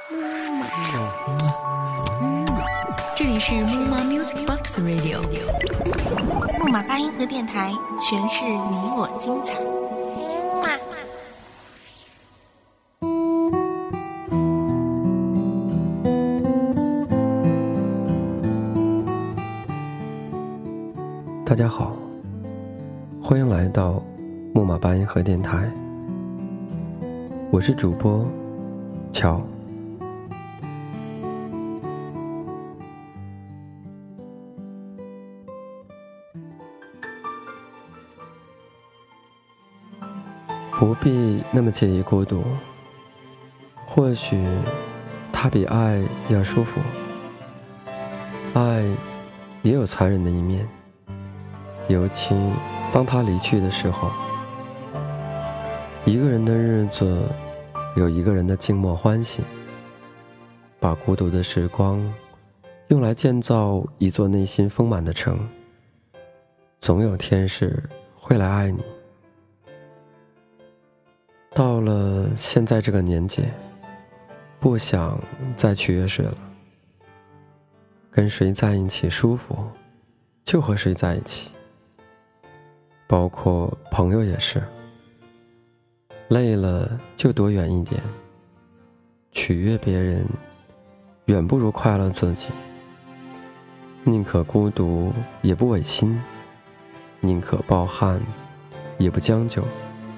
这里是木马 Music Box Radio， 木马八音盒电台，诠释你我精彩。 大家好，欢迎来到木马八音盒电台，我是主播乔。不必那么介意孤独，或许它比爱要舒服。爱也有残忍的一面，尤其当他离去的时候。一个人的日子有一个人的静默欢喜，把孤独的时光用来建造一座内心丰满的城，总有天使会来爱你。到了现在这个年纪，不想再取悦谁了，跟谁在一起舒服就和谁在一起，包括朋友也是，累了就躲远一点，取悦别人远不如快乐自己，宁可孤独也不违心，宁可抱憾也不将就。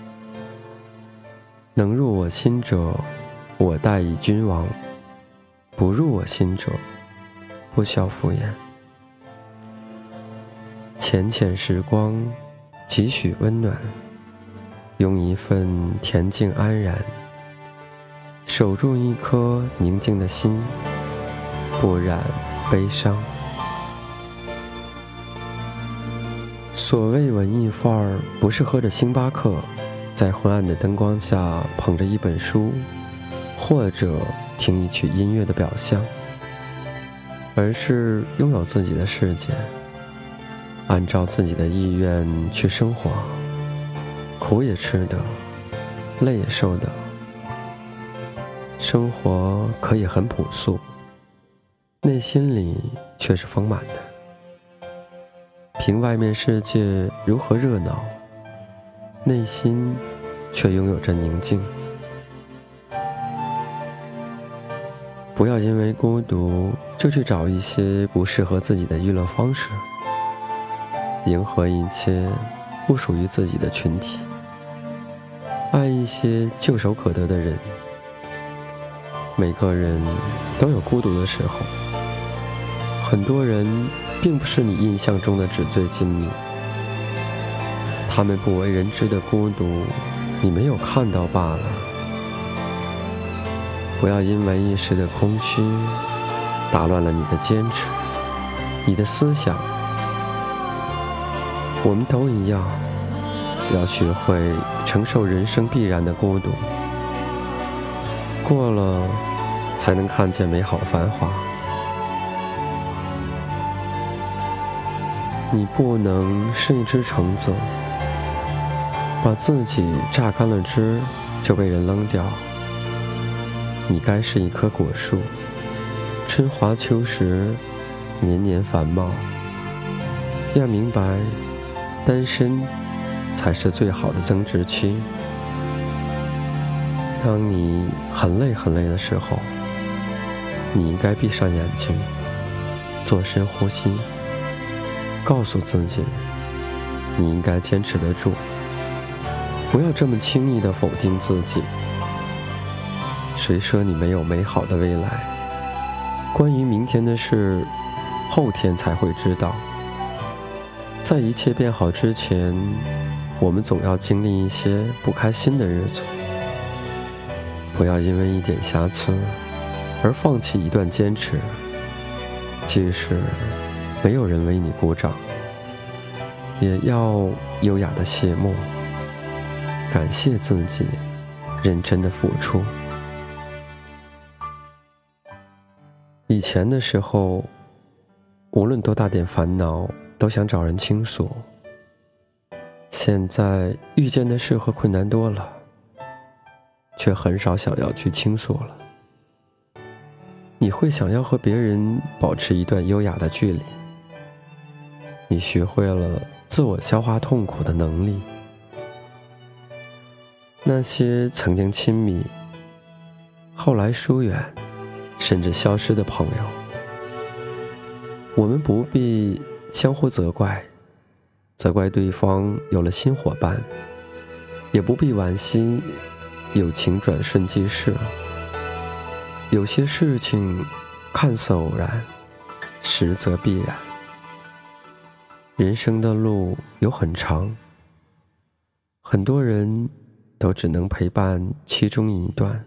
能入我心者，我待以君王；不入我心者，不消敷衍。浅浅时光，几许温暖，用一份恬静安然，守住一颗宁静的心，不染悲伤。所谓文艺范儿，不是喝着星巴克，在昏暗的灯光下捧着一本书，或者听一曲音乐的表象，而是拥有自己的世界，按照自己的意愿去生活，苦也吃得，累也受得。生活可以很朴素，内心里却是丰满的。凭外面世界如何热闹，内心却拥有着宁静。不要因为孤独就去找一些不适合自己的娱乐方式，迎合一切不属于自己的群体，爱一些唾手可得的人。每个人都有孤独的时候，很多人并不是你印象中的纸醉金迷，他们不为人知的孤独，你没有看到罢了。不要因为一时的空虚打乱了你的坚持，你的思想。我们都一样，要学会承受人生必然的孤独，过了才能看见美好繁华。你不能是一只橙子，把自己榨干了汁就被人扔掉。你该是一棵果树，春华秋实，年年繁茂。要明白，单身才是最好的增值期。当你很累很累的时候，你应该闭上眼睛，做深呼吸，告诉自己，你应该坚持得住，不要这么轻易地否定自己。谁说你没有美好的未来？关于明天的事，后天才会知道。在一切变好之前，我们总要经历一些不开心的日子。不要因为一点瑕疵而放弃一段坚持，即使没有人为你鼓掌，也要优雅的谢幕，感谢自己认真的付出。以前的时候，无论多大点烦恼都想找人倾诉，现在遇见的事和困难多了，却很少想要去倾诉了。 你会想要和别人保持一段优雅的距离。你学会了自我消化痛苦的能力。那些曾经亲密，后来疏远，甚至消失的朋友，我们不必相互责怪对方有了新伙伴，也不必惋惜友情转瞬即逝了。有些事情看似偶然，实则必然。人生的路有很长，很多人都只能陪伴其中一段。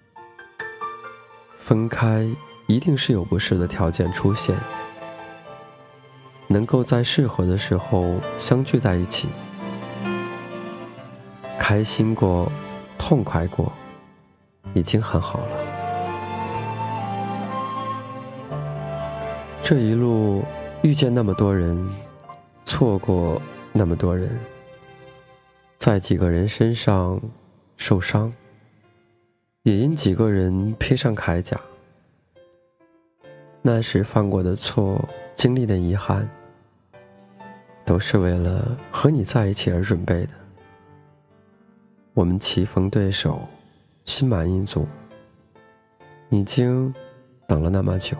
分开一定是有不适的条件出现，能够在适合的时候相聚在一起，开心过，痛快过，已经很好了。这一路遇见那么多人，错过那么多人，在几个人身上受伤，也因几个人披上铠甲。那时犯过的错，经历的遗憾，都是为了和你在一起而准备的。我们棋逢对手，心满意足，已经等了那么久。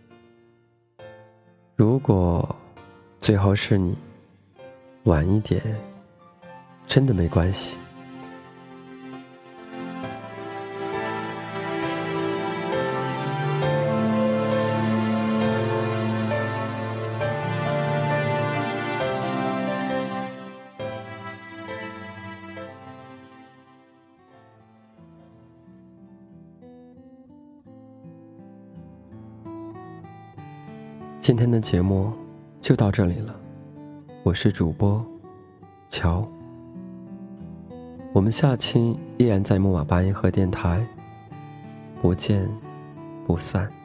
如果最后是你，晚一点，真的没关系。今天的节目就到这里了，我是主播乔，我们下期依然在木马八音盒电台，不见不散。